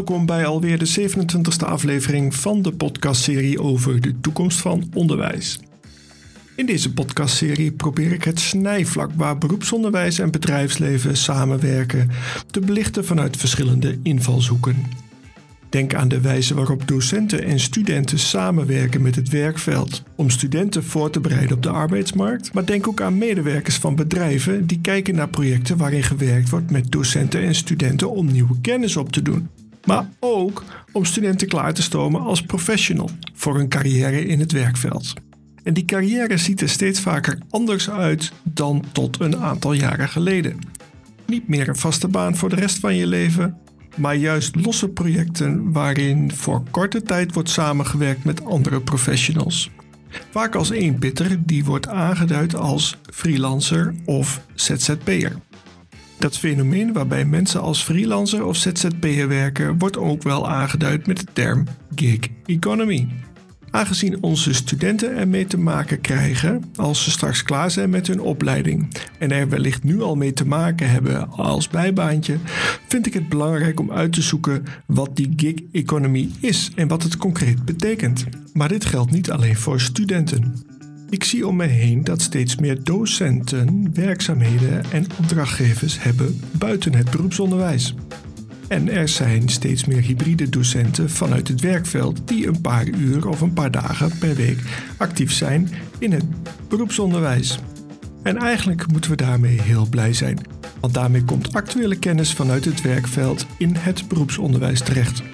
Welkom bij alweer de 27e aflevering van de podcastserie over de toekomst van onderwijs. In deze podcastserie probeer ik het snijvlak waar beroepsonderwijs en bedrijfsleven samenwerken te belichten vanuit verschillende invalshoeken. Denk aan de wijze waarop docenten en studenten samenwerken met het werkveld om studenten voor te bereiden op de arbeidsmarkt. Maar denk ook aan medewerkers van bedrijven die kijken naar projecten waarin gewerkt wordt met docenten en studenten om nieuwe kennis op te doen. Maar ook om studenten klaar te stomen als professional voor een carrière in het werkveld. En die carrière ziet er steeds vaker anders uit dan tot een aantal jaren geleden. Niet meer een vaste baan voor de rest van je leven, maar juist losse projecten waarin voor korte tijd wordt samengewerkt met andere professionals. Vaak als eenpitter die wordt aangeduid als freelancer of ZZP'er. Dat fenomeen waarbij mensen als freelancer of ZZP'er werken wordt ook wel aangeduid met de term gig economy. Aangezien onze studenten ermee te maken krijgen als ze straks klaar zijn met hun opleiding en er wellicht nu al mee te maken hebben als bijbaantje, vind ik het belangrijk om uit te zoeken wat die gig economy is en wat het concreet betekent. Maar dit geldt niet alleen voor studenten. Ik zie om me heen dat steeds meer docenten werkzaamheden en opdrachtgevers hebben buiten het beroepsonderwijs. En er zijn steeds meer hybride docenten vanuit het werkveld die een paar uur of een paar dagen per week actief zijn in het beroepsonderwijs. En eigenlijk moeten we daarmee heel blij zijn, want daarmee komt actuele kennis vanuit het werkveld in het beroepsonderwijs terecht.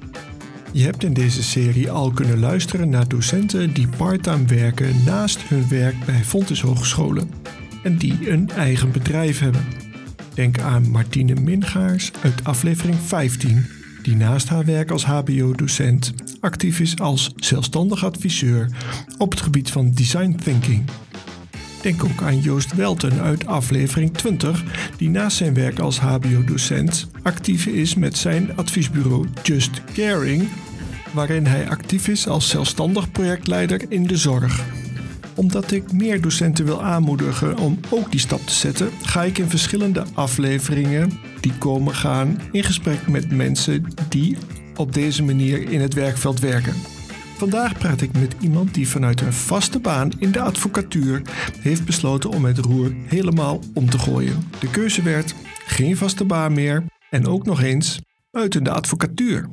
Je hebt in deze serie al kunnen luisteren naar docenten die parttime werken naast hun werk bij Fontys Hogescholen en die een eigen bedrijf hebben. Denk aan Martine Mingaars uit aflevering 15, die naast haar werk als hbo-docent actief is als zelfstandig adviseur op het gebied van design thinking. Denk ook aan Joost Welten uit aflevering 20, die naast zijn werk als hbo-docent actief is met zijn adviesbureau Just Caring, waarin hij actief is als zelfstandig projectleider in de zorg. Omdat ik meer docenten wil aanmoedigen om ook die stap te zetten, ga ik in verschillende afleveringen die komen gaan in gesprek met mensen die op deze manier in het werkveld werken. Vandaag praat ik met iemand die vanuit een vaste baan in de advocatuur heeft besloten om het roer helemaal om te gooien. De keuze werd geen vaste baan meer en ook nog eens buiten de advocatuur.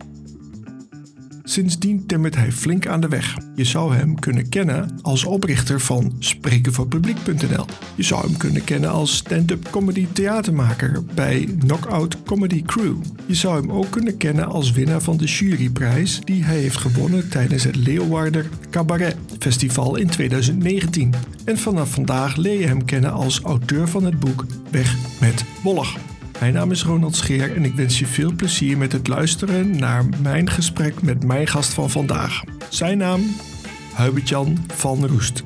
Sindsdien timmert hij flink aan de weg. Je zou hem kunnen kennen als oprichter van sprekenvoorpubliek.nl. Je zou hem kunnen kennen als stand-up comedy theatermaker bij Knockout Comedy Crew. Je zou hem ook kunnen kennen als winnaar van de juryprijs die hij heeft gewonnen tijdens het Leeuwarder Cabaret Festival in 2019. En vanaf vandaag leer je hem kennen als auteur van het boek Weg met Wollig. Mijn naam is Ronald Scheer en ik wens je veel plezier met het luisteren naar mijn gesprek met mijn gast van vandaag. Zijn naam? Hubert-Jan van Roest.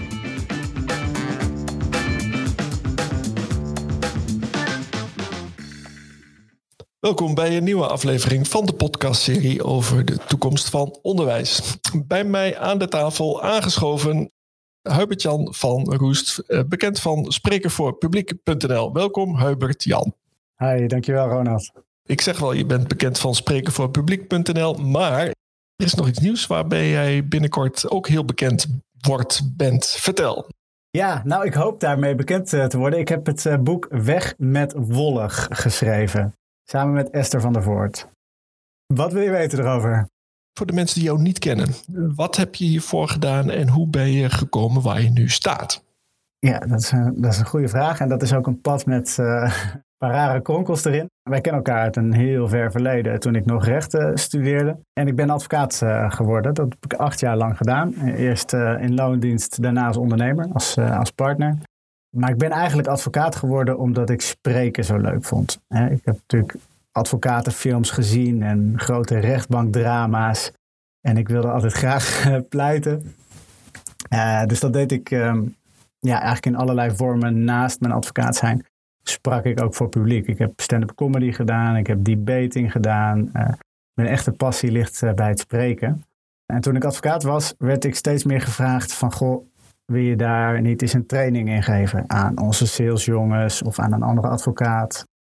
Welkom bij een nieuwe aflevering van de podcastserie over de toekomst van onderwijs. Bij mij aan de tafel aangeschoven Hubert-Jan van Roest, bekend van sprekenvoorpubliek.nl. Welkom Hubert-Jan. Hi, dankjewel Ronald. Ik zeg wel, je bent bekend van sprekenvoorpubliek.nl, maar er is nog iets nieuws waarbij jij binnenkort ook heel bekend bent. Vertel. Ja, nou ik hoop daarmee bekend te worden. Ik heb het boek Weg met Wollig geschreven, samen met Esther van der Voort. Wat wil je weten erover? Voor de mensen die jou niet kennen, wat heb je hiervoor gedaan en hoe ben je gekomen waar je nu staat? Ja, dat is een goede vraag en dat is ook een pad met een paar rare kronkels erin. Wij kennen elkaar uit een heel ver verleden toen ik nog recht studeerde. En ik ben advocaat geworden. Dat heb ik 8 jaar lang gedaan. Eerst in loondienst, daarna als ondernemer, als partner. Maar ik ben eigenlijk advocaat geworden omdat ik spreken zo leuk vond. Ik heb natuurlijk advocatenfilms gezien en grote rechtbankdrama's. En ik wilde altijd graag pleiten. Dus dat deed ik eigenlijk in allerlei vormen naast mijn advocaat zijn. Sprak ik ook voor publiek. Ik heb stand-up comedy gedaan, ik heb debating gedaan. Mijn echte passie ligt bij het spreken. En toen ik advocaat was, werd ik steeds meer gevraagd van, goh, wil je daar niet eens een training in geven aan onze salesjongens of aan een andere advocaat?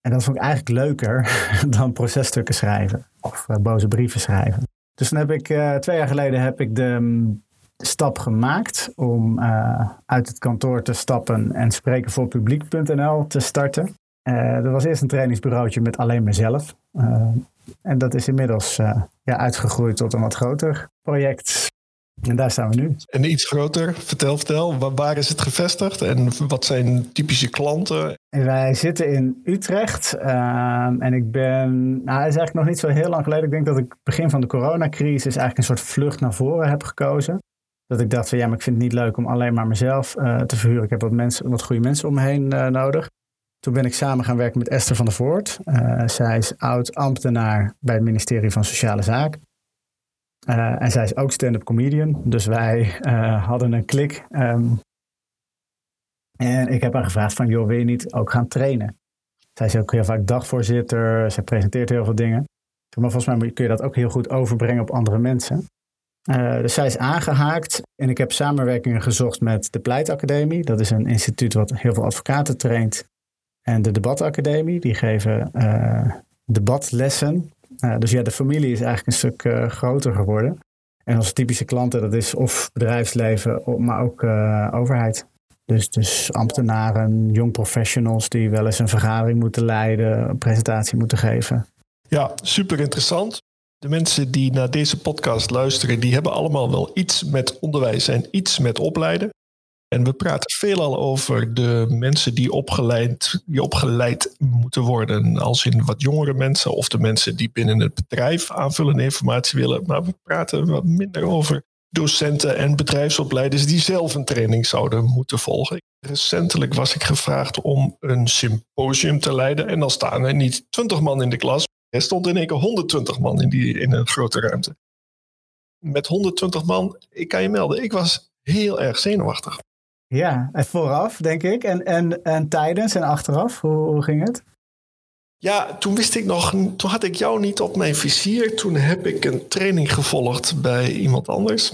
En dat vond ik eigenlijk leuker dan processtukken schrijven of boze brieven schrijven. Dus dan heb ik 2 jaar geleden de stap gemaakt om uit het kantoor te stappen en sprekenvoorpubliek.nl te starten. Dat was eerst een trainingsbureautje met alleen mezelf. En dat is inmiddels uitgegroeid tot een wat groter project. En daar staan we nu. En iets groter, vertel. Waar is het gevestigd en wat zijn typische klanten? En wij zitten in Utrecht en ik ben, het is eigenlijk nog niet zo heel lang geleden. Ik denk dat ik begin van de coronacrisis eigenlijk een soort vlucht naar voren heb gekozen. Dat ik dacht van maar ik vind het niet leuk om alleen maar mezelf te verhuren. Ik heb wat goede mensen om me heen nodig. Toen ben ik samen gaan werken met Esther van der Voort. Zij is oud-ambtenaar bij het ministerie van Sociale Zaken. En zij is ook stand-up comedian. Dus wij hadden een klik. En ik heb haar gevraagd van, wil je niet ook gaan trainen? Zij is ook heel vaak dagvoorzitter. Zij presenteert heel veel dingen. Maar volgens mij kun je dat ook heel goed overbrengen op andere mensen. Dus zij is aangehaakt. En ik heb samenwerkingen gezocht met de Pleitacademie. Dat is een instituut wat heel veel advocaten traint. En de Debatacademie. Die geven debatlessen. Dus de familie is eigenlijk een stuk groter geworden. En onze typische klanten, dat is of bedrijfsleven, maar ook overheid. Dus ambtenaren, young professionals die wel eens een vergadering moeten leiden, een presentatie moeten geven. Ja, super interessant. De mensen die naar deze podcast luisteren, die hebben allemaal wel iets met onderwijs en iets met opleiden. En we praten veelal over de mensen die opgeleid moeten worden. Als in wat jongere mensen of de mensen die binnen het bedrijf aanvullende informatie willen. Maar we praten wat minder over docenten en bedrijfsopleiders die zelf een training zouden moeten volgen. Recentelijk was ik gevraagd om een symposium te leiden. En dan staan er niet 20 man in de klas. Er stond in één keer 120 man in een grote ruimte. Met 120 man, ik kan je melden, ik was heel erg zenuwachtig. Ja, en vooraf denk ik. En tijdens en achteraf, hoe ging het? Ja, toen had ik jou niet op mijn vizier. Toen heb ik een training gevolgd bij iemand anders.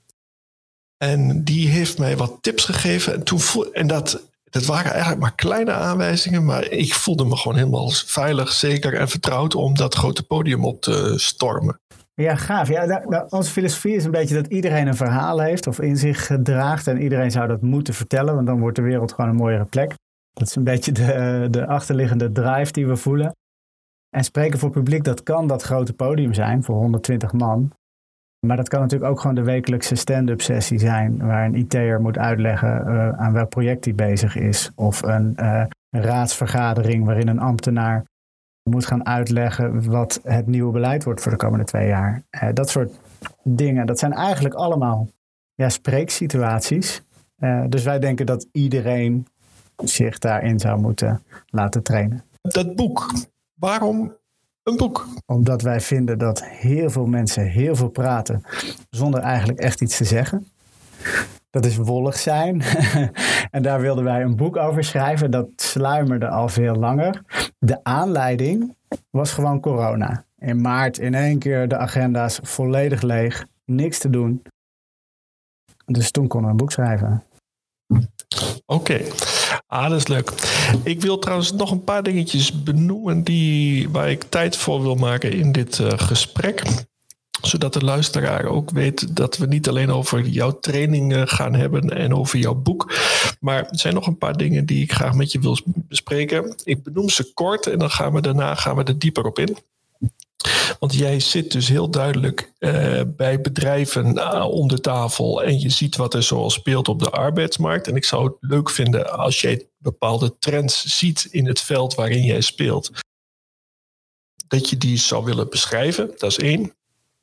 En die heeft mij wat tips gegeven. En dat waren eigenlijk maar kleine aanwijzingen. Maar ik voelde me gewoon helemaal veilig, zeker en vertrouwd om dat grote podium op te stormen. Ja, gaaf. Ja, onze filosofie is een beetje dat iedereen een verhaal heeft of in zich draagt. En iedereen zou dat moeten vertellen, want dan wordt de wereld gewoon een mooiere plek. Dat is een beetje de achterliggende drive die we voelen. En spreken voor publiek, dat kan dat grote podium zijn voor 120 man. Maar dat kan natuurlijk ook gewoon de wekelijkse stand-up sessie zijn, waar een IT'er moet uitleggen aan welk project hij bezig is. Of een raadsvergadering waarin een ambtenaar moet gaan uitleggen wat het nieuwe beleid wordt voor de komende 2 jaar. Dat soort dingen, dat zijn eigenlijk allemaal spreeksituaties. Dus wij denken dat iedereen zich daarin zou moeten laten trainen. Dat boek, waarom een boek? Omdat wij vinden dat heel veel mensen heel veel praten zonder eigenlijk echt iets te zeggen. Dat is wollig zijn. En daar wilden wij een boek over schrijven. Dat sluimerde al veel langer. De aanleiding was gewoon corona. In maart in één keer de agenda's volledig leeg. Niks te doen. Dus toen konden we een boek schrijven. Oké. Dat is leuk. Ik wil trouwens nog een paar dingetjes benoemen waar ik tijd voor wil maken in dit gesprek. Zodat de luisteraar ook weet dat we niet alleen over jouw trainingen gaan hebben en over jouw boek. Maar er zijn nog een paar dingen die ik graag met je wil bespreken. Ik benoem ze kort en dan daarna gaan we er dieper op in. Want jij zit dus heel duidelijk bij bedrijven om de tafel en je ziet wat er zoal speelt op de arbeidsmarkt. En ik zou het leuk vinden als jij bepaalde trends ziet in het veld waarin jij speelt. Dat je die zou willen beschrijven, dat is 1.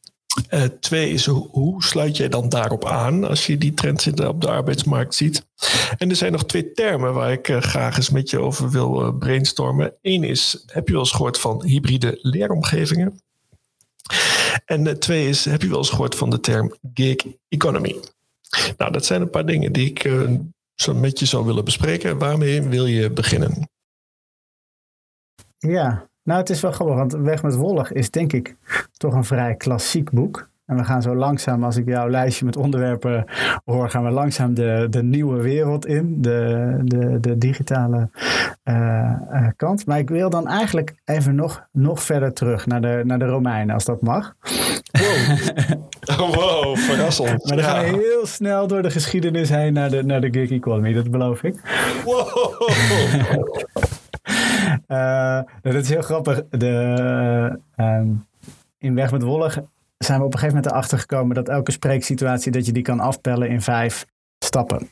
2 is, hoe sluit jij dan daarop aan als je die trends op de arbeidsmarkt ziet? En er zijn nog 2 termen waar ik graag eens met je over wil brainstormen. 1 is, heb je wel eens gehoord van hybride leeromgevingen? En 2 is, heb je wel eens gehoord van de term gig economy? Nou, dat zijn een paar dingen die ik zo met je zou willen bespreken. Waarmee wil je beginnen? Ja, nou het is wel grappig, want Weg met Wollig is denk ik toch een vrij klassiek boek. En we gaan zo langzaam, als ik jouw lijstje met onderwerpen hoor, gaan we langzaam de nieuwe wereld in. De digitale kant. Maar ik wil dan eigenlijk even nog verder terug naar de Romeinen, als dat mag. Wow, verrassend. Maar dan gaan we heel snel door de geschiedenis heen naar de gig economy, dat beloof ik. Wow. Dat is heel grappig. In Weg met Wolle zijn we op een gegeven moment erachter gekomen dat elke spreeksituatie, dat je die kan afpellen in 5 stappen.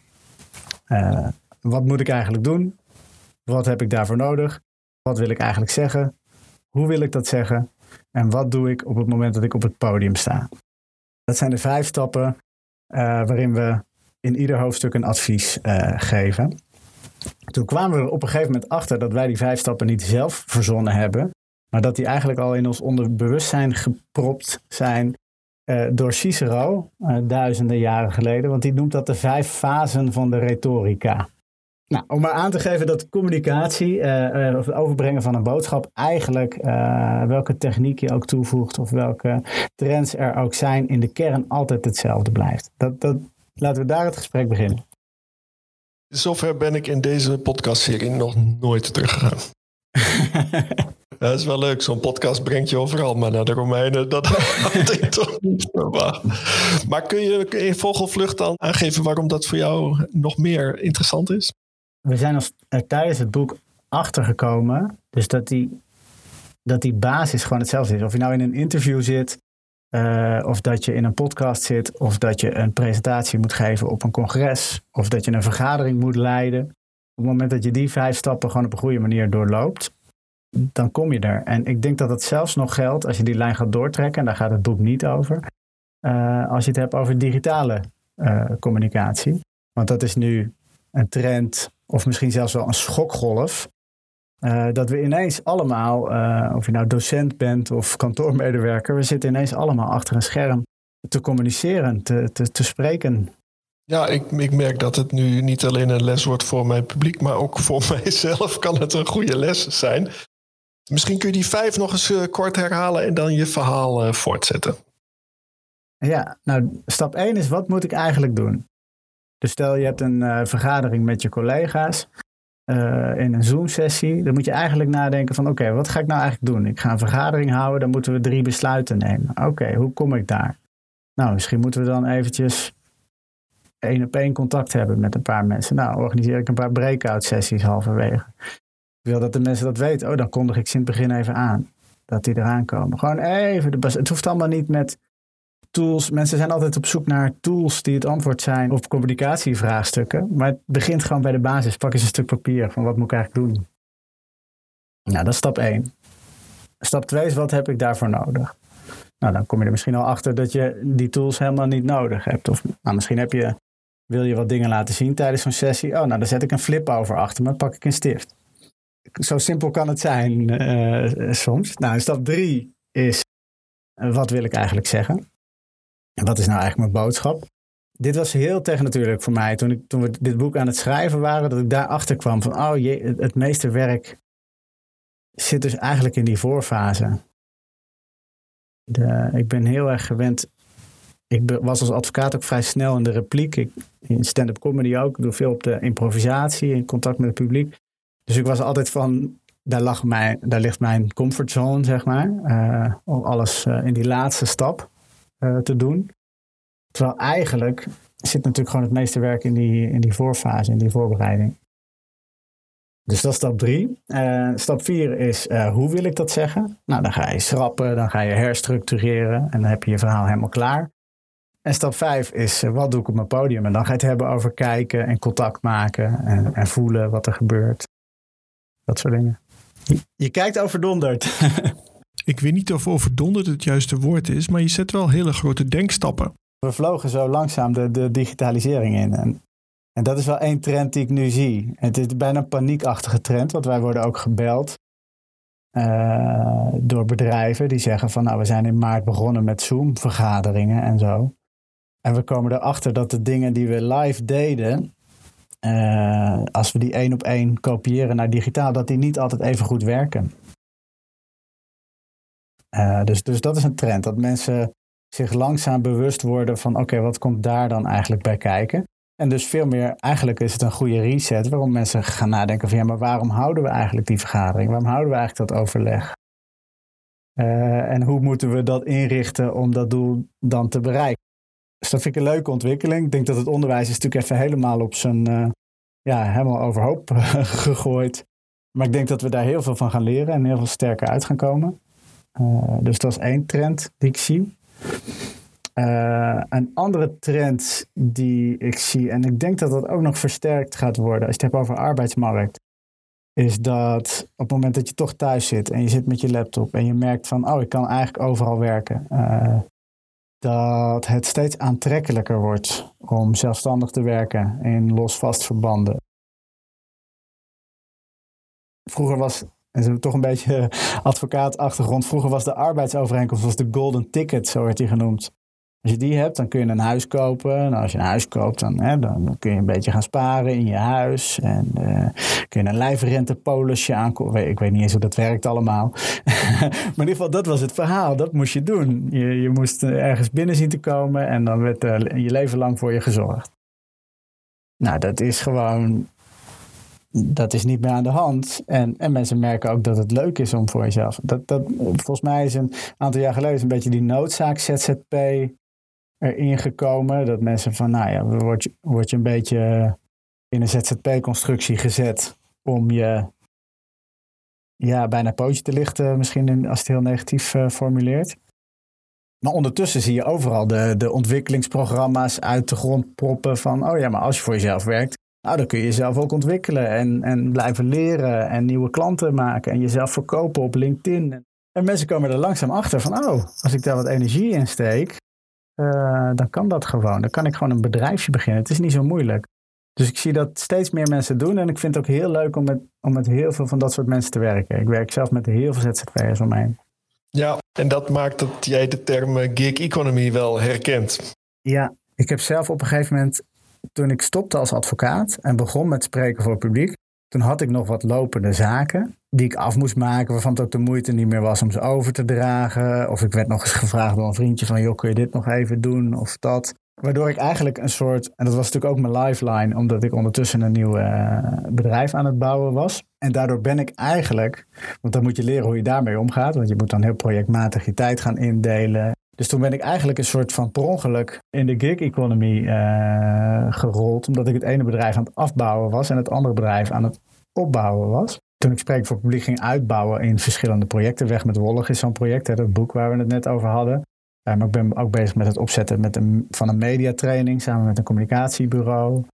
Wat moet ik eigenlijk doen? Wat heb ik daarvoor nodig? Wat wil ik eigenlijk zeggen? Hoe wil ik dat zeggen? En wat doe ik op het moment dat ik op het podium sta? Dat zijn de 5 stappen waarin we in ieder hoofdstuk een advies geven. Toen kwamen we er op een gegeven moment achter dat wij die 5 stappen niet zelf verzonnen hebben, maar dat die eigenlijk al in ons onderbewustzijn gepropt zijn door Cicero, duizenden jaren geleden. Want die noemt dat de 5 fasen van de retorica. Nou, om maar aan te geven dat communicatie, of het overbrengen van een boodschap, eigenlijk welke techniek je ook toevoegt of welke trends er ook zijn, in de kern altijd hetzelfde blijft. Laten we daar het gesprek beginnen. Zover ben ik in deze podcastserie nog nooit teruggegaan. Dat is wel leuk. Zo'n podcast brengt je overal. Maar naar de Romeinen, dat had ik toch niet verwacht. Maar kun je in vogelvlucht dan aangeven waarom dat voor jou nog meer interessant is? We zijn er tijdens het boek achtergekomen. Dus dat die basis gewoon hetzelfde is. Of je nou in een interview zit, of dat je in een podcast zit, of dat je een presentatie moet geven op een congres, of dat je een vergadering moet leiden. Op het moment dat je die 5 stappen gewoon op een goede manier doorloopt, dan kom je er. En ik denk dat het zelfs nog geldt als je die lijn gaat doortrekken, en daar gaat het boek niet over, als je het hebt over digitale communicatie. Want dat is nu een trend, of misschien zelfs wel een schokgolf, dat we ineens allemaal, of je nou docent bent of kantoormedewerker, we zitten ineens allemaal achter een scherm te communiceren, te spreken. Ja, ik merk dat het nu niet alleen een les wordt voor mijn publiek, maar ook voor mijzelf kan het een goede les zijn. Misschien kun je die 5 nog eens kort herhalen en dan je verhaal voortzetten. Ja, nou stap 1 is, wat moet ik eigenlijk doen? Dus stel je hebt een vergadering met je collega's in een Zoom-sessie. Dan moet je eigenlijk nadenken van oké, wat ga ik nou eigenlijk doen? Ik ga een vergadering houden, dan moeten we 3 besluiten nemen. Oké, hoe kom ik daar? Nou, misschien moeten we dan eventjes 1-op-1 contact hebben met een paar mensen. Nou, organiseer ik een paar breakout sessies halverwege. Ik wil dat de mensen dat weten. Dan kondig ik ze in het begin even aan. Dat die eraan komen. Gewoon even het hoeft allemaal niet met tools. Mensen zijn altijd op zoek naar tools die het antwoord zijn op communicatievraagstukken. Maar het begint gewoon bij de basis. Pak eens een stuk papier van wat moet ik eigenlijk doen. Nou, dat is stap 1. Stap 2 is, wat heb ik daarvoor nodig? Nou, dan kom je er misschien al achter dat je die tools helemaal niet nodig hebt. Of misschien wil je wat dingen laten zien tijdens zo'n sessie. Nou, dan zet ik een flip over achter me, pak ik een stift. Zo simpel kan het zijn soms. Nou, stap 3 is, wat wil ik eigenlijk zeggen? En wat is nou eigenlijk mijn boodschap? Dit was heel tegennatuurlijk voor mij. Toen we dit boek aan het schrijven waren, dat ik daarachter kwam van, het meeste werk zit dus eigenlijk in die voorfase. Ik ben heel erg gewend. Ik was als advocaat ook vrij snel in de repliek. In stand-up comedy ook. Ik doe veel op de improvisatie, in contact met het publiek. Dus ik was altijd van, daar ligt mijn comfortzone, zeg maar. Om alles in die laatste stap te doen. Terwijl eigenlijk zit natuurlijk gewoon het meeste werk in die voorfase, in die voorbereiding. Dus dat is stap 3. Stap 4 is, hoe wil ik dat zeggen? Nou, dan ga je schrappen, dan ga je herstructureren en dan heb je je verhaal helemaal klaar. En stap 5 is, wat doe ik op mijn podium? En dan ga je het hebben over kijken en contact maken en voelen wat er gebeurt. Dat soort dingen. Je kijkt overdonderd. Ik weet niet of overdonderd het juiste woord is, maar je zet wel hele grote denkstappen. We vlogen zo langzaam de digitalisering in. En dat is wel 1 trend die ik nu zie. Het is bijna een paniekachtige trend, want wij worden ook gebeld door bedrijven die zeggen van, we zijn in maart begonnen met Zoom-vergaderingen en zo. En we komen erachter dat de dingen die we live deden, als we die 1-op-1 kopiëren naar digitaal, dat die niet altijd even goed werken. Dus dat is een trend, dat mensen zich langzaam bewust worden van oké, wat komt daar dan eigenlijk bij kijken? En dus veel meer, eigenlijk is het een goede reset waarom mensen gaan nadenken van ja, maar waarom houden we eigenlijk die vergadering? Waarom houden we eigenlijk dat overleg? En hoe moeten we dat inrichten om dat doel dan te bereiken? Dus dat vind ik een leuke ontwikkeling. Ik denk dat het onderwijs is natuurlijk even helemaal op zijn, helemaal overhoop gegooid. Maar ik denk dat we daar heel veel van gaan leren en heel veel sterker uit gaan komen. Dus dat is één trend die ik zie. Een andere trend die ik zie, en ik denk dat dat ook nog versterkt gaat worden als je het hebt over arbeidsmarkt, is dat op het moment dat je toch thuis zit en je zit met je laptop en je merkt van, ik kan eigenlijk overal werken, dat het steeds aantrekkelijker wordt om zelfstandig te werken in los-vast verbanden. Vroeger was, en ze hebben toch een beetje advocaatachtergrond, vroeger was de arbeidsovereenkomst was de golden ticket, zo werd die genoemd. Als je die hebt, dan kun je een huis kopen. Nou, als je een huis koopt, dan kun je een beetje gaan sparen in je huis. En kun je een lijfrentepolisje aankopen. Ik weet niet eens hoe dat werkt allemaal. Maar in ieder geval, dat was het verhaal. Dat moest je doen. Je moest ergens binnen zien te komen en dan werd je leven lang voor je gezorgd. Nou, dat is gewoon... Dat is niet meer aan de hand. En mensen merken ook dat het leuk is om voor jezelf... Dat volgens mij is een aantal jaar geleden een beetje die noodzaak ZZP erin gekomen. Dat mensen van, word je een beetje in een ZZP-constructie gezet om je bijna pootje te lichten, misschien als het heel negatief formuleert. Maar ondertussen zie je overal de ontwikkelingsprogramma's uit de grond proppen van, maar als je voor jezelf werkt, dan kun je jezelf ook ontwikkelen en blijven leren en nieuwe klanten maken en jezelf verkopen op LinkedIn. En mensen komen er langzaam achter van, als ik daar wat energie in steek, dan kan dat gewoon. Dan kan ik gewoon een bedrijfje beginnen. Het is niet zo moeilijk. Dus ik zie dat steeds meer mensen doen en ik vind het ook heel leuk om met heel veel van dat soort mensen te werken. Ik werk zelf met heel veel ZZP'ers om me heen. Ja, en dat maakt dat jij de term gig economy wel herkent. Ja, ik heb zelf op een gegeven moment, toen ik stopte als advocaat en begon met spreken voor het publiek, toen had ik nog wat lopende zaken die ik af moest maken, waarvan het ook de moeite niet meer was om ze over te dragen. Of ik werd nog eens gevraagd door een vriendje van, joh, kun je dit nog even doen of dat. Waardoor ik eigenlijk een soort, en dat was natuurlijk ook mijn lifeline, omdat ik ondertussen een nieuw bedrijf aan het bouwen was. En daardoor ben ik eigenlijk, want dan moet je leren hoe je daarmee omgaat, want je moet dan heel projectmatig je tijd gaan indelen. Dus toen ben ik eigenlijk een soort van per ongeluk in de gig economy gerold, omdat ik het ene bedrijf aan het afbouwen was en het andere bedrijf aan het opbouwen was. Toen ik Spreek voor het Publiek ging uitbouwen in verschillende projecten. Weg met Wollig is zo'n project, dat boek waar we het net over hadden. Maar ik ben ook bezig met het opzetten van een mediatraining samen met een communicatiebureau. Op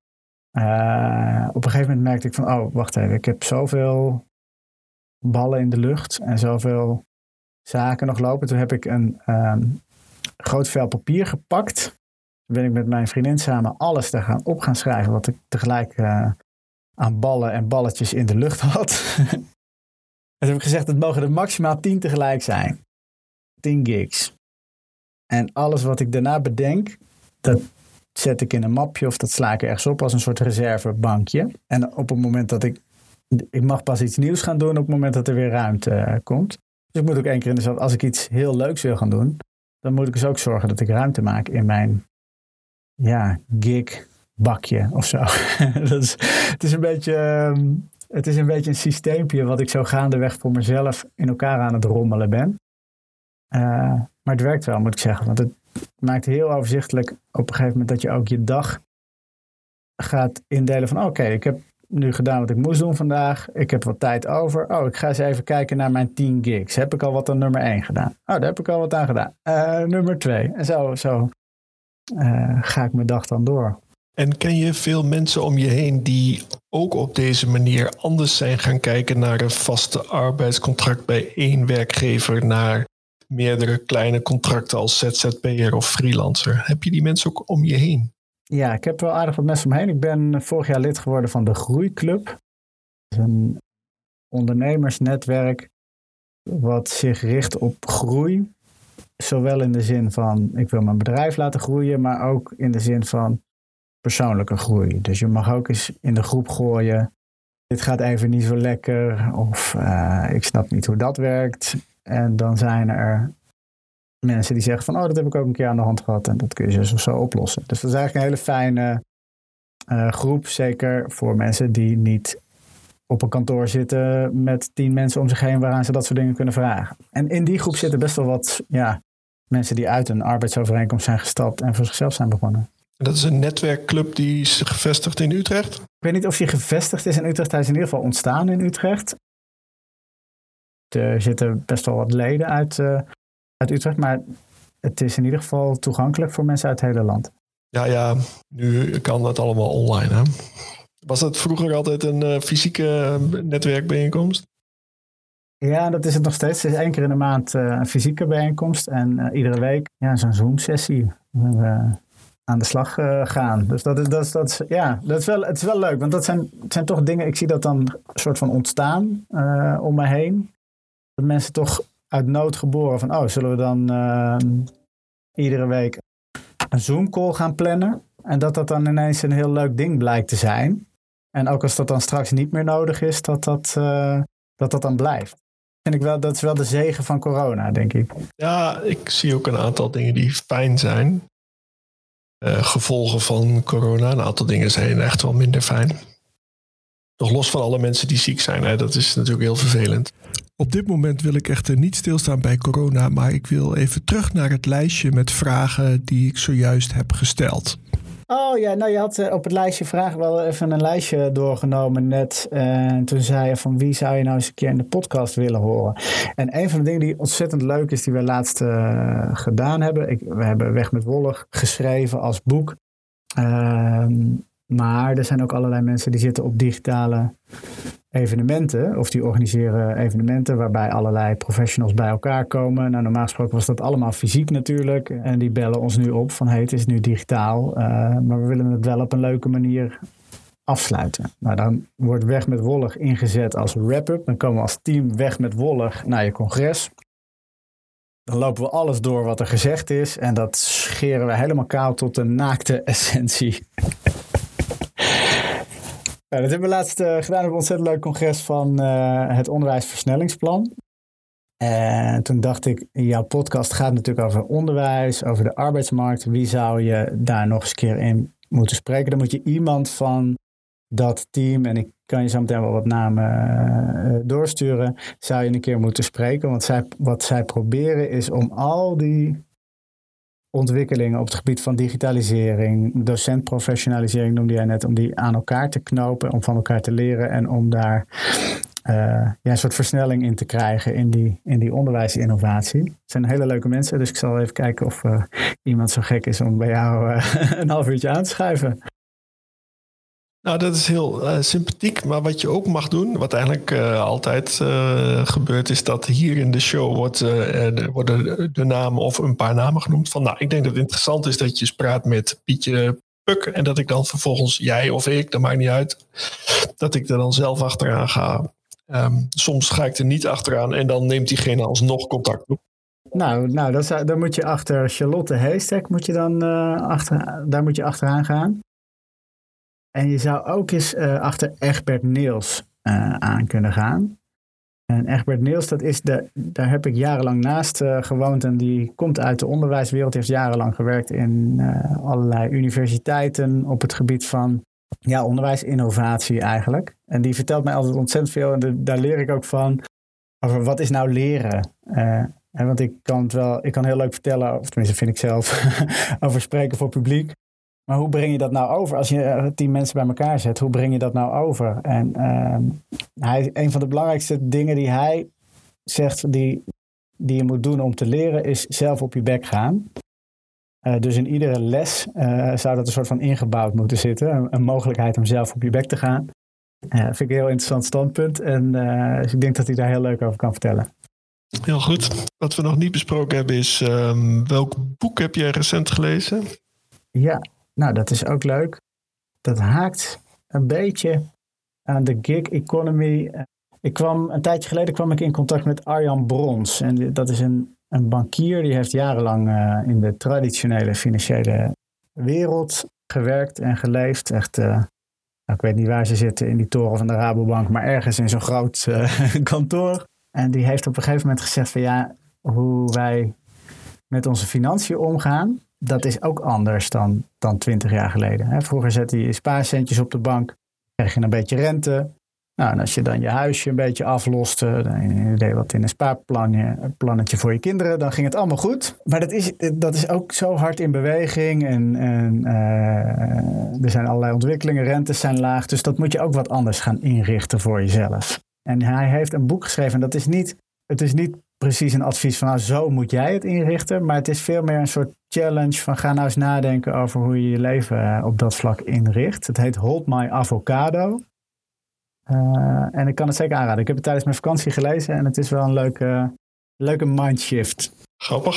een gegeven moment merkte ik van, wacht even, ik heb zoveel ballen in de lucht en zoveel zaken nog lopen. Toen heb ik een groot vel papier gepakt. Toen ben ik met mijn vriendin samen alles op gaan schrijven wat ik tegelijk aan ballen en balletjes in de lucht had. En toen heb ik gezegd, het mogen er maximaal 10 tegelijk zijn. 10 gigs. En alles wat ik daarna bedenk, dat zet ik in een mapje of dat sla ik ergens op als een soort reservebankje. En op het moment dat ik mag pas iets nieuws gaan doen op het moment dat er weer ruimte komt. Dus ik moet ook 1 keer in de zoveel, als ik iets heel leuks wil gaan doen, dan moet ik dus ook zorgen dat ik ruimte maak in mijn gig bakje of zo. Het is een beetje een systeempje wat ik zo gaandeweg voor mezelf in elkaar aan het rommelen ben. Maar het werkt wel, moet ik zeggen. Want het maakt heel overzichtelijk op een gegeven moment dat je ook je dag gaat indelen van oké, ik heb nu gedaan wat ik moest doen vandaag. Ik heb wat tijd over. Ik ga eens even kijken naar mijn 10 gigs. Heb ik al wat aan nummer 1 gedaan? Daar heb ik al wat aan gedaan. Nummer 2. En zo ga ik mijn dag dan door. En ken je veel mensen om je heen die ook op deze manier anders zijn gaan kijken naar een vaste arbeidscontract bij 1 werkgever, naar meerdere kleine contracten als ZZP'er of freelancer? Heb je die mensen ook om je heen? Ja, ik heb wel aardig wat mensen om me heen. Ik ben vorig jaar lid geworden van de Groeiclub. Dat is een ondernemersnetwerk wat zich richt op groei. Zowel in de zin van ik wil mijn bedrijf laten groeien, maar ook in de zin van persoonlijke groei. Dus je mag ook eens in de groep gooien, dit gaat even niet zo lekker of ik snap niet hoe dat werkt. En dan zijn er mensen die zeggen van, dat heb ik ook een keer aan de hand gehad en dat kun je zo oplossen. Dus dat is eigenlijk een hele fijne groep, zeker voor mensen die niet op een kantoor zitten met 10 mensen om zich heen waaraan ze dat soort dingen kunnen vragen. En in die groep zitten best wel wat mensen die uit een arbeidsovereenkomst zijn gestapt en voor zichzelf zijn begonnen. Dat is een netwerkclub die is gevestigd in Utrecht? Ik weet niet of die gevestigd is in Utrecht. Hij is in ieder geval ontstaan in Utrecht. Er zitten best wel wat leden uit Utrecht, maar het is in ieder geval toegankelijk voor mensen uit het hele land. Ja, nu kan het allemaal online, hè? Was dat vroeger altijd een fysieke netwerkbijeenkomst? Ja, dat is het nog steeds. Het is 1 keer in de maand een fysieke bijeenkomst en iedere week zo'n Zoom-sessie aan de slag gaan. Dus het is wel leuk, want het zijn toch dingen, ik zie dat dan een soort van ontstaan om me heen. Dat mensen toch uit nood geboren van, zullen we dan iedere week een Zoom-call gaan plannen? En dat dan ineens een heel leuk ding blijkt te zijn. En ook als dat dan straks niet meer nodig is, dat dan blijft. Vind ik wel, dat is wel de zegen van corona, denk ik. Ja, ik zie ook een aantal dingen die fijn zijn. Gevolgen van corona. Een aantal dingen zijn echt wel minder fijn. Nog los van alle mensen die ziek zijn. Hè? Dat is natuurlijk heel vervelend. Op dit moment wil ik echter niet stilstaan bij corona, maar ik wil even terug naar het lijstje met vragen die ik zojuist heb gesteld. Oh ja, nou je had op het lijstje vragen wel even een lijstje doorgenomen net. En toen zei je van wie zou je nou eens een keer in de podcast willen horen. En een van de dingen die ontzettend leuk is die we laatst gedaan hebben. We hebben Weg met Wollig geschreven als boek. Maar er zijn ook allerlei mensen die zitten op digitale evenementen. Of die organiseren evenementen waarbij allerlei professionals bij elkaar komen. Nou, normaal gesproken was dat allemaal fysiek natuurlijk. En die bellen ons nu op van het is nu digitaal. Maar we willen het wel op een leuke manier afsluiten. Nou, dan wordt Weg met Wollig ingezet als wrap-up. Dan komen we als team Weg met Wollig naar je congres. Dan lopen we alles door wat er gezegd is. En dat scheren we helemaal kaal tot de naakte essentie. Dat hebben we laatst gedaan op een ontzettend leuk congres van het onderwijsversnellingsplan. En toen dacht ik, jouw podcast gaat natuurlijk over onderwijs, over de arbeidsmarkt. Wie zou je daar nog eens een keer in moeten spreken? Dan moet je iemand van dat team, en ik kan je zo meteen wel wat namen doorsturen, zou je een keer moeten spreken. Want wat zij proberen is om al die ontwikkelingen op het gebied van digitalisering, docentprofessionalisering noemde jij net, om die aan elkaar te knopen, om van elkaar te leren en om daar een soort versnelling in te krijgen in die onderwijsinnovatie. Het zijn hele leuke mensen, dus ik zal even kijken of iemand zo gek is om bij jou een half uurtje aan te schuiven. Nou, dat is heel sympathiek. Maar wat je ook mag doen, wat eigenlijk altijd gebeurt, is dat hier in de show worden de namen of een paar namen genoemd. Van, ik denk dat het interessant is dat je eens praat met Pietje Puk. En dat ik dan vervolgens, jij of ik, dat maakt niet uit, dat ik er dan zelf achteraan ga. Soms ga ik er niet achteraan en dan neemt diegene alsnog contact op. Nou, dan moet je achter Charlotte Heestek, daar moet je achteraan gaan. En je zou ook eens achter Egbert Niels aan kunnen gaan. En Egbert Niels, daar heb ik jarenlang naast gewoond. En die komt uit de onderwijswereld. Heeft jarenlang gewerkt in allerlei universiteiten op het gebied van onderwijsinnovatie eigenlijk. En die vertelt mij altijd ontzettend veel. En daar leer ik ook van over wat is nou leren. Want ik kan heel leuk vertellen, of tenminste vind ik zelf, over spreken voor publiek. Maar hoe breng je dat nou over? Als je 10 mensen bij elkaar zet, hoe breng je dat nou over? En een van de belangrijkste dingen die hij zegt, die je moet doen om te leren, is zelf op je bek gaan. Dus in iedere les zou dat een soort van ingebouwd moeten zitten. Een mogelijkheid om zelf op je bek te gaan. Vind ik een heel interessant standpunt. En dus ik denk dat hij daar heel leuk over kan vertellen. Heel goed. Wat we nog niet besproken hebben is, welk boek heb jij recent gelezen? Ja, nou dat is ook leuk. Dat haakt een beetje aan de gig economy. Een tijdje geleden kwam ik in contact met Arjan Brons. En dat is een bankier, die heeft jarenlang in de traditionele financiële wereld gewerkt en geleefd. Echt, ik weet niet waar ze zitten in die toren van de Rabobank, maar ergens in zo'n groot kantoor. En die heeft op een gegeven moment gezegd van hoe wij met onze financiën omgaan, dat is ook anders dan 20 jaar geleden. Hè? Vroeger zette je spaarcentjes op de bank, kreeg je een beetje rente. Nou, en als je dan je huisje een beetje afloste, dan deed je wat in een spaarplannetje voor je kinderen, dan ging het allemaal goed. Maar dat is ook zo hard in beweging en er zijn allerlei ontwikkelingen, rentes zijn laag, dus dat moet je ook wat anders gaan inrichten voor jezelf. En hij heeft een boek geschreven en het is niet precies een advies van nou, zo moet jij het inrichten, maar het is veel meer een soort challenge van ga nou eens nadenken over hoe je je leven op dat vlak inricht. Het heet Hold My Avocado. En ik kan het zeker aanraden. Ik heb het tijdens mijn vakantie gelezen en het is wel een leuke mindshift. Grappig.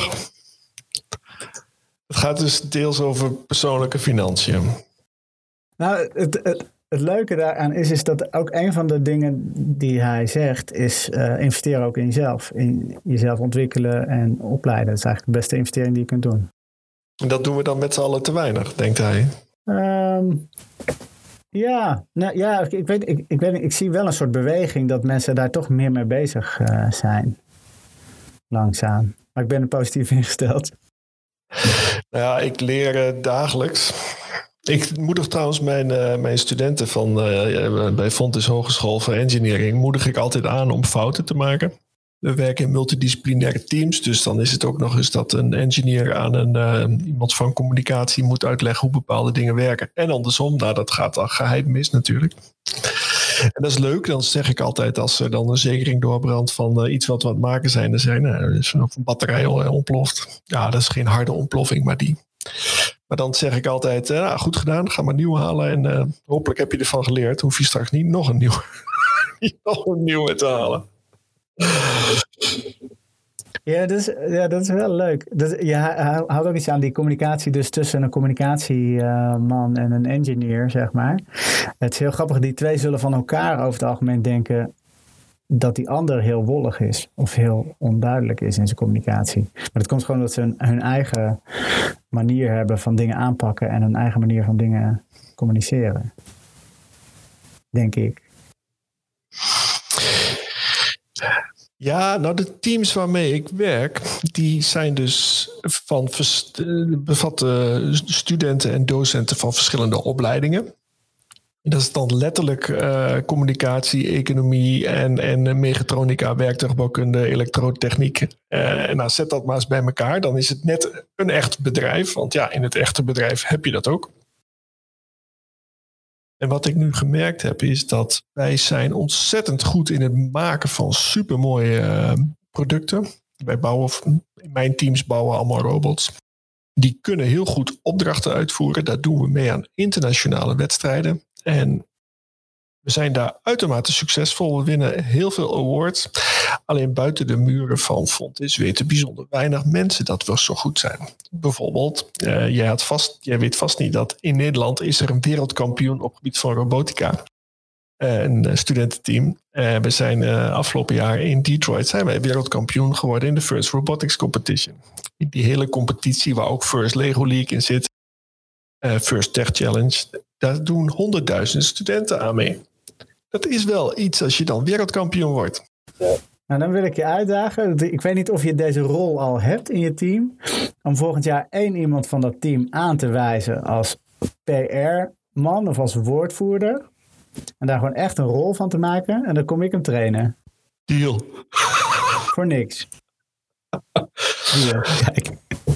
Het gaat dus deels over persoonlijke financiën. Nou, het leuke daaraan is dat ook een van de dingen die hij zegt is investeren ook in jezelf. In jezelf ontwikkelen en opleiden. Dat is eigenlijk de beste investering die je kunt doen. En dat doen we dan met z'n allen te weinig, denkt hij. Ik zie wel een soort beweging dat mensen daar toch meer mee bezig zijn. Langzaam. Maar ik ben er positief ingesteld. Nou ja, ik leer dagelijks. Ik moedig trouwens mijn studenten van bij Fontys Hogeschool voor Engineering moedig ik altijd aan om fouten te maken. We werken in multidisciplinaire teams, dus dan is het ook nog eens dat een engineer aan iemand van communicatie moet uitleggen hoe bepaalde dingen werken. En andersom, nou dat gaat dan geheim mis natuurlijk. En dat is leuk, dan zeg ik altijd als er dan een zekering doorbrandt van iets wat we aan het maken zijn. Dan zeg ik, dus een batterij ontploft. Ja, dat is geen harde ontploffing, maar die. Maar dan zeg ik altijd, goed gedaan, ga maar nieuw halen en hopelijk heb je ervan geleerd. Hoef je straks niet nog een nieuwe te halen. Ja, dat is wel leuk. Je houdt ook iets aan die communicatie dus tussen een communicatieman en een engineer, zeg maar. Het is heel grappig, die twee zullen van elkaar over het algemeen denken dat die ander heel wollig is of heel onduidelijk is in zijn communicatie. Maar dat komt gewoon omdat ze hun eigen manier hebben van dingen aanpakken en hun eigen manier van dingen communiceren. Denk ik. Ja, nou de teams waarmee ik werk, die zijn dus bevatten studenten en docenten van verschillende opleidingen. Dat is dan letterlijk communicatie, economie en mechatronica, werktuigbouwkunde, elektrotechniek. En nou, zet dat maar eens bij elkaar, dan is het net een echt bedrijf. Want ja, in het echte bedrijf heb je dat ook. En wat ik nu gemerkt heb is dat wij zijn ontzettend goed in het maken van supermooie producten. Wij bouwen, in mijn teams bouwen allemaal robots. Die kunnen heel goed opdrachten uitvoeren. Daar doen we mee aan internationale wedstrijden. En we zijn daar uitermate succesvol. We winnen heel veel awards. Alleen buiten de muren van Fontys weten bijzonder weinig mensen dat we zo goed zijn. Bijvoorbeeld, jij weet vast niet dat in Nederland is er een wereldkampioen op het gebied van robotica. Een studententeam. We zijn afgelopen jaar in Detroit zijn wij wereldkampioen geworden in de First Robotics Competition. Die hele competitie waar ook First Lego League in zit. First Tech Challenge. Daar doen 100.000 studenten aan mee. Dat is wel iets als je dan wereldkampioen wordt. Nou, dan wil ik je uitdagen. Ik weet niet of je deze rol al hebt in je team. Om volgend jaar 1 iemand van dat team aan te wijzen als PR-man of als woordvoerder. En daar gewoon echt een rol van te maken. En dan kom ik hem trainen. Deal. Voor niks. Deal. Kijk.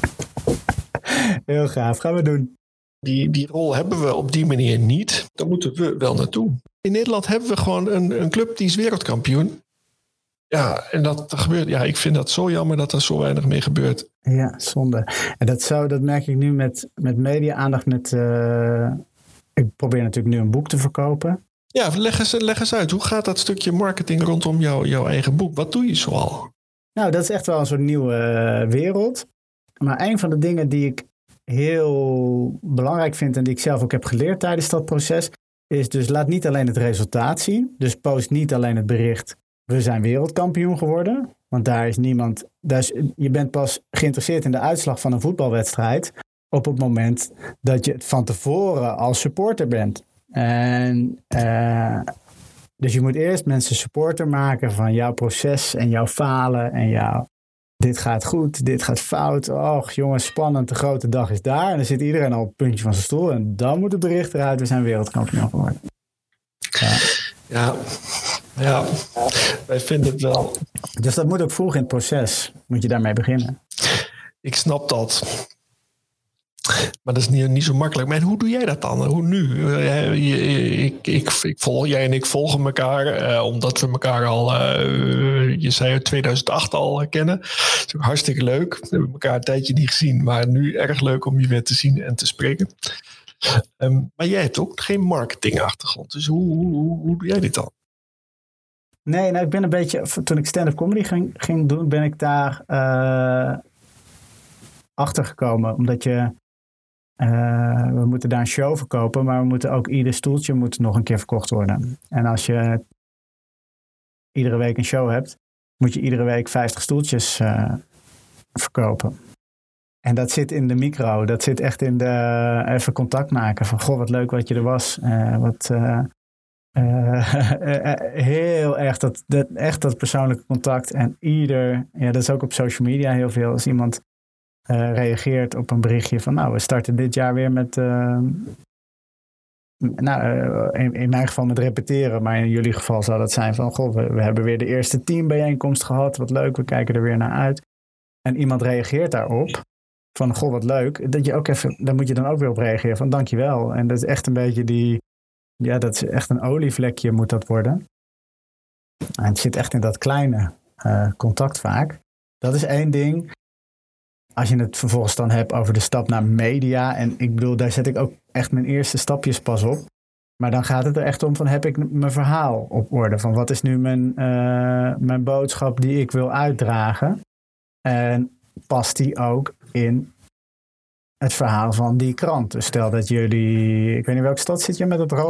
Heel gaaf. Gaan we doen. Die rol hebben we op die manier niet. Daar moeten we wel naartoe. In Nederland hebben we gewoon een club die is wereldkampioen. Ja, en dat gebeurt. Ja, ik vind dat zo jammer dat er zo weinig mee gebeurt. Ja, zonde. En dat merk ik nu met media-aandacht. Ik probeer natuurlijk nu een boek te verkopen. Ja, leg eens uit. Hoe gaat dat stukje marketing rondom jouw eigen boek? Wat doe je zoal? Nou, dat is echt wel een soort nieuwe wereld. Maar een van de dingen die ik heel belangrijk vind en die ik zelf ook heb geleerd tijdens dat proces, is dus laat niet alleen het resultaat zien. Dus post niet alleen het bericht, we zijn wereldkampioen geworden. Want je bent pas geïnteresseerd in de uitslag van een voetbalwedstrijd op het moment dat je van tevoren als supporter bent. En dus je moet eerst mensen supporter maken van jouw proces en jouw falen en dit gaat goed, dit gaat fout. Och jongens, spannend, de grote dag is daar. En dan zit iedereen al op het puntje van zijn stoel. En dan moet het bericht eruit, we zijn wereldkampioen geworden. Ja, wij vinden het wel. Dus dat moet ook vroeg in het proces, moet je daarmee beginnen. Ik snap dat. Maar dat is niet zo makkelijk. Maar hoe doe jij dat dan? Hoe nu? Jij en ik volgen elkaar, omdat we elkaar al, je zei uit 2008 al kennen. Dat is ook hartstikke leuk. We hebben elkaar een tijdje niet gezien, maar nu erg leuk om je weer te zien en te spreken. Maar jij hebt ook geen marketingachtergrond. Dus hoe doe jij dit dan? Nee, nou, ik ben een beetje, toen ik stand-up comedy ging doen, ben ik daar achter gekomen. Omdat we moeten daar een show verkopen, maar we moeten ook ieder stoeltje moet nog een keer verkocht worden. En als je iedere week een show hebt, moet je iedere week 50 stoeltjes verkopen. En dat zit in de micro, dat zit echt in de even contact maken van goh, wat leuk wat je er was. Heel erg dat persoonlijke contact. En dat is ook op social media heel veel. Als iemand reageert op een berichtje van nou, we starten dit jaar weer met in mijn geval met repeteren, maar in jullie geval zou dat zijn van goh, we hebben weer de eerste teambijeenkomst gehad, wat leuk, we kijken er weer naar uit. En iemand reageert daarop van goh, wat leuk, dat je ook even, daar moet je dan ook weer op reageren van dankjewel. En dat is echt een beetje dat is echt een olievlekje moet dat worden. En het zit echt in dat kleine contact vaak. Dat is één ding. Als je het vervolgens dan hebt over de stap naar media. En ik bedoel, daar zet ik ook echt mijn eerste stapjes pas op. Maar dan gaat het er echt om van, heb ik mijn verhaal op orde? Van wat is nu mijn boodschap die ik wil uitdragen? En past die ook in het verhaal van die krant? Dus stel dat jullie, ik weet niet welke stad zit je met het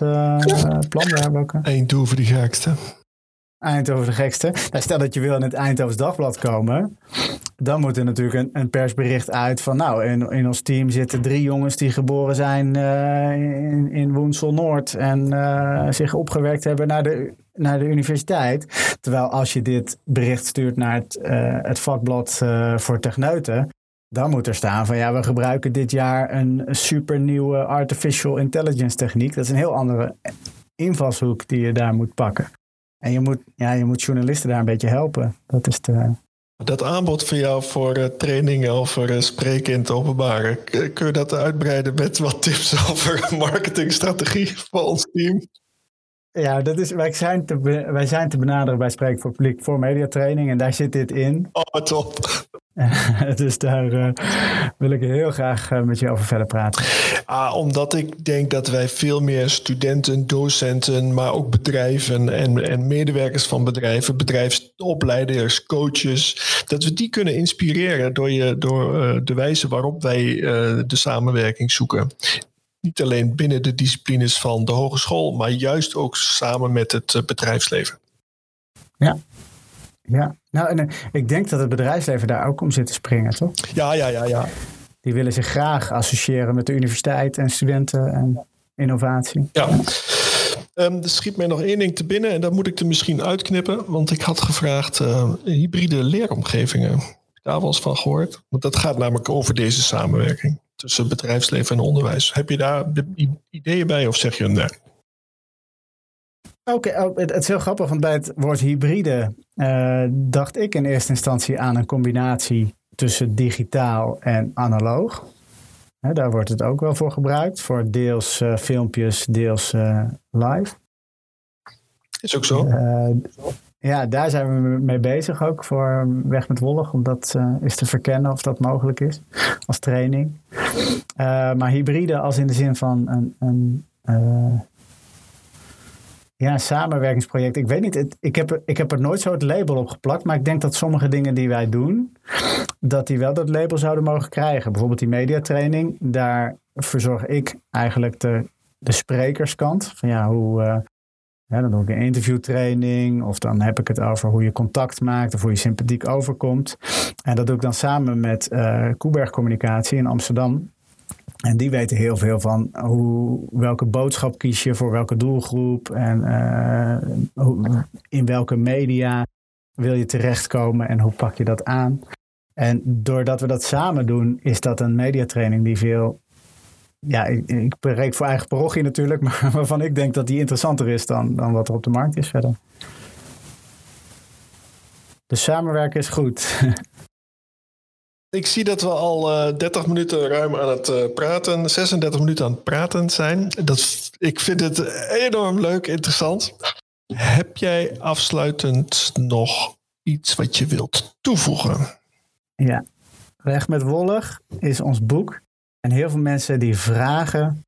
robotplan? Eindhoven de gekste. Eindhoven de gekste. Nou, stel dat je wil in het Eindhovens Dagblad komen. Dan moet er natuurlijk een persbericht uit van nou, in ons team zitten 3 jongens die geboren zijn in Woensel Noord en zich opgewerkt hebben naar de universiteit. Terwijl als je dit bericht stuurt naar het vakblad voor techneuten, dan moet er staan van ja, we gebruiken dit jaar een supernieuwe artificial intelligence techniek. Dat is een heel andere invalshoek die je daar moet pakken. En je moet journalisten daar een beetje helpen. Dat is Dat aanbod van jou voor trainingen over spreken in het openbaar, kun je dat uitbreiden met wat tips over marketingstrategie voor ons team? Ja, wij zijn te benaderen bij Spreken voor Publiek voor mediatraining en daar zit dit in. Oh, top. Dus daar wil ik heel graag met je over verder praten. Omdat ik denk dat wij veel meer studenten, docenten, maar ook bedrijven en medewerkers van bedrijven, bedrijfsopleiders, coaches, dat we die kunnen inspireren door de wijze waarop wij de samenwerking zoeken. Niet alleen binnen de disciplines van de hogeschool, maar juist ook samen met het bedrijfsleven. Ja, nou en ik denk dat het bedrijfsleven daar ook om zit te springen, toch? Ja. Die willen zich graag associëren met de universiteit en studenten en innovatie. Ja. Er schiet mij nog 1 ding te binnen en dat moet ik er misschien uitknippen, want ik had gevraagd hybride leeromgevingen. Heb je daar wel eens van gehoord? Want dat gaat namelijk over deze samenwerking tussen bedrijfsleven en onderwijs. Heb je daar ideeën bij of zeg je nee? Oké, het is heel grappig, want bij het woord hybride dacht ik in eerste instantie aan een combinatie tussen digitaal en analoog. Daar wordt het ook wel voor gebruikt, voor deels filmpjes, deels live. Is ook zo. Ja, daar zijn we mee bezig ook voor Weg met Wollig, om dat eens te verkennen of dat mogelijk is als training. Maar hybride als in de zin van een samenwerkingsproject. Ik weet niet, ik heb er nooit zo het label op geplakt, maar ik denk dat sommige dingen die wij doen, dat die wel dat label zouden mogen krijgen. Bijvoorbeeld die mediatraining, daar verzorg ik eigenlijk de sprekerskant. Van dan doe ik een interviewtraining of dan heb ik het over hoe je contact maakt of hoe je sympathiek overkomt. En dat doe ik dan samen met Koeberg Communicatie in Amsterdam. En die weten heel veel van welke boodschap kies je voor welke doelgroep en in welke media. wil je terechtkomen en hoe pak je dat aan? En doordat we dat samen doen, is dat een mediatraining die veel... Ja, ik spreek voor eigen parochie natuurlijk, maar waarvan ik denk dat die interessanter is dan wat er op de markt is verder. Dus samenwerken is goed. Ik zie dat we al 30 minuten ruim aan het praten, 36 minuten aan het praten zijn. Ik vind het enorm leuk, interessant. Heb jij afsluitend nog iets wat je wilt toevoegen? Ja, Weg met Wollig is ons boek. En heel veel mensen die vragen,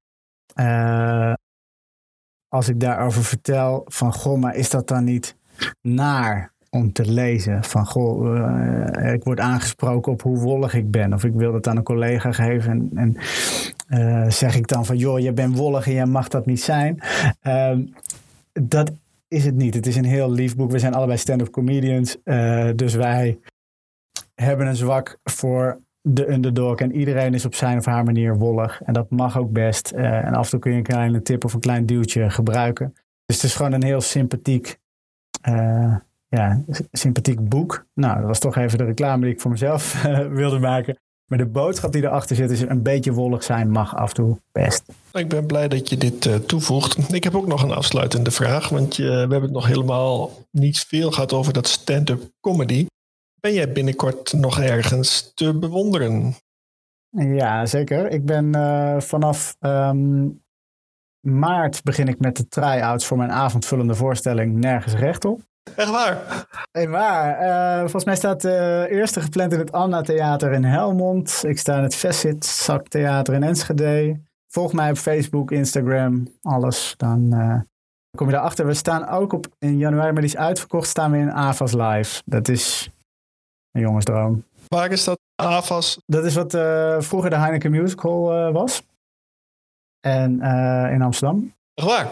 als ik daarover vertel, van goh, maar is dat dan niet naar om te lezen? Van goh, ik word aangesproken op hoe wollig ik ben. Of ik wil dat aan een collega geven. En zeg ik dan van joh, je bent wollig en jij mag dat niet zijn. Dat is het niet. Het is een heel lief boek. We zijn allebei stand-up comedians. Dus wij hebben een zwak voor de underdog. En iedereen is op zijn of haar manier wollig. En dat mag ook best. En af en toe kun je een kleine tip of een klein duwtje gebruiken. Dus het is gewoon een heel sympathiek boek. Nou, dat was toch even de reclame die ik voor mezelf wilde maken. Maar de boodschap die erachter zit is een beetje wollig zijn mag af en toe best. Ik ben blij dat je dit toevoegt. Ik heb ook nog een afsluitende vraag. Want we hebben het nog helemaal niet veel gehad over dat stand-up comedy. Ben jij binnenkort nog ergens te bewonderen? Ja, zeker. Ik ben vanaf maart begin ik met de try-outs voor mijn avondvullende voorstelling Nergens Recht Op. Echt waar? Echt waar. Volgens mij staat de eerste gepland in het Anna Theater in Helmond. Ik sta in het Vestzak Theater in Enschede. Volg mij op Facebook, Instagram, alles. Dan kom je daarachter. We staan ook in januari, maar die is uitverkocht, staan we in AVAS Live. Dat is een jongensdroom. Waar is dat AVAS? Dat is wat vroeger de Heineken Musical was. En in Amsterdam. Echt waar?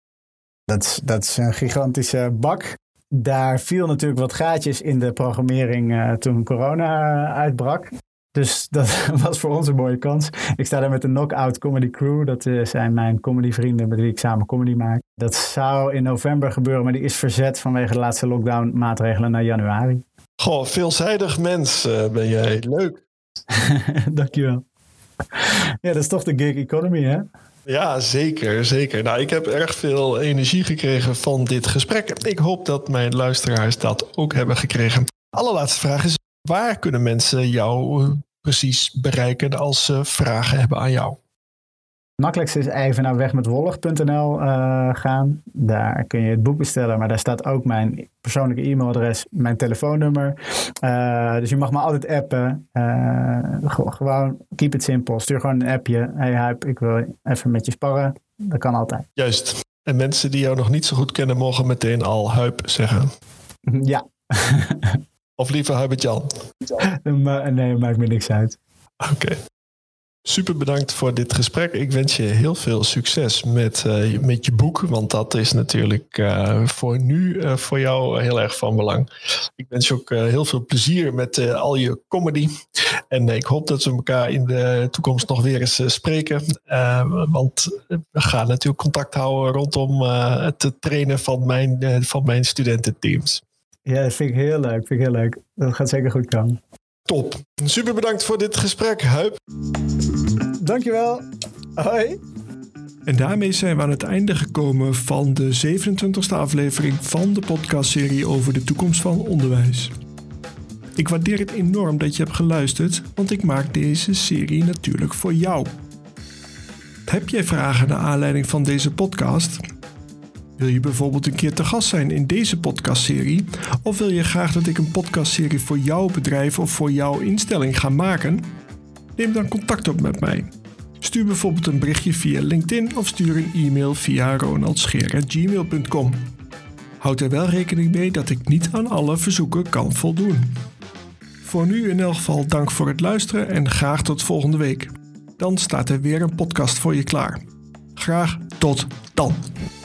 Dat is een gigantische bak. Daar viel natuurlijk wat gaatjes in de programmering toen corona uitbrak. Dus dat was voor ons een mooie kans. Ik sta daar met de Knockout Comedy Crew. Dat zijn mijn comedyvrienden met wie ik samen comedy maak. Dat zou in november gebeuren, maar die is verzet vanwege de laatste lockdown maatregelen naar januari. Goh, veelzijdig mens ben jij. Leuk. Dankjewel. Ja, dat is toch de gig economy, hè? Ja, zeker, zeker. Nou, ik heb erg veel energie gekregen van dit gesprek. Ik hoop dat mijn luisteraars dat ook hebben gekregen. Allerlaatste vraag is, waar kunnen mensen jou precies bereiken als ze vragen hebben aan jou? Het makkelijkste is even naar wegmetwollig.nl gaan. Daar kun je het boek bestellen, maar daar staat ook mijn persoonlijke e-mailadres, mijn telefoonnummer. Dus je mag me altijd appen. Gewoon keep it simple. Stuur gewoon een appje. Hey Huip, ik wil even met je sparren. Dat kan altijd. Juist. En mensen die jou nog niet zo goed kennen, mogen meteen al Huip zeggen. Ja. Of liever Huibert-Jan. Nee, maakt me niks uit. Oké. Super bedankt voor dit gesprek. Ik wens je heel veel succes met je boek. Want dat is natuurlijk voor nu voor jou heel erg van belang. Ik wens je ook heel veel plezier met al je comedy. En ik hoop dat we elkaar in de toekomst nog weer eens spreken. Want we gaan natuurlijk contact houden rondom het trainen van mijn studententeams. Ja, dat vind ik heel leuk. Dat gaat zeker goed komen. Top. Super bedankt voor dit gesprek, Huip. Dankjewel. Hoi. En daarmee zijn we aan het einde gekomen van de 27e aflevering van de podcastserie over de toekomst van onderwijs. Ik waardeer het enorm dat je hebt geluisterd, want ik maak deze serie natuurlijk voor jou. Heb jij vragen naar aanleiding van deze podcast? Wil je bijvoorbeeld een keer te gast zijn in deze podcastserie? Of wil je graag dat ik een podcastserie voor jouw bedrijf of voor jouw instelling ga maken? Neem dan contact op met mij. Stuur bijvoorbeeld een berichtje via LinkedIn of stuur een e-mail via ronaldscheer@gmail.com. Houd er wel rekening mee dat ik niet aan alle verzoeken kan voldoen. Voor nu in elk geval dank voor het luisteren en graag tot volgende week. Dan staat er weer een podcast voor je klaar. Graag tot dan.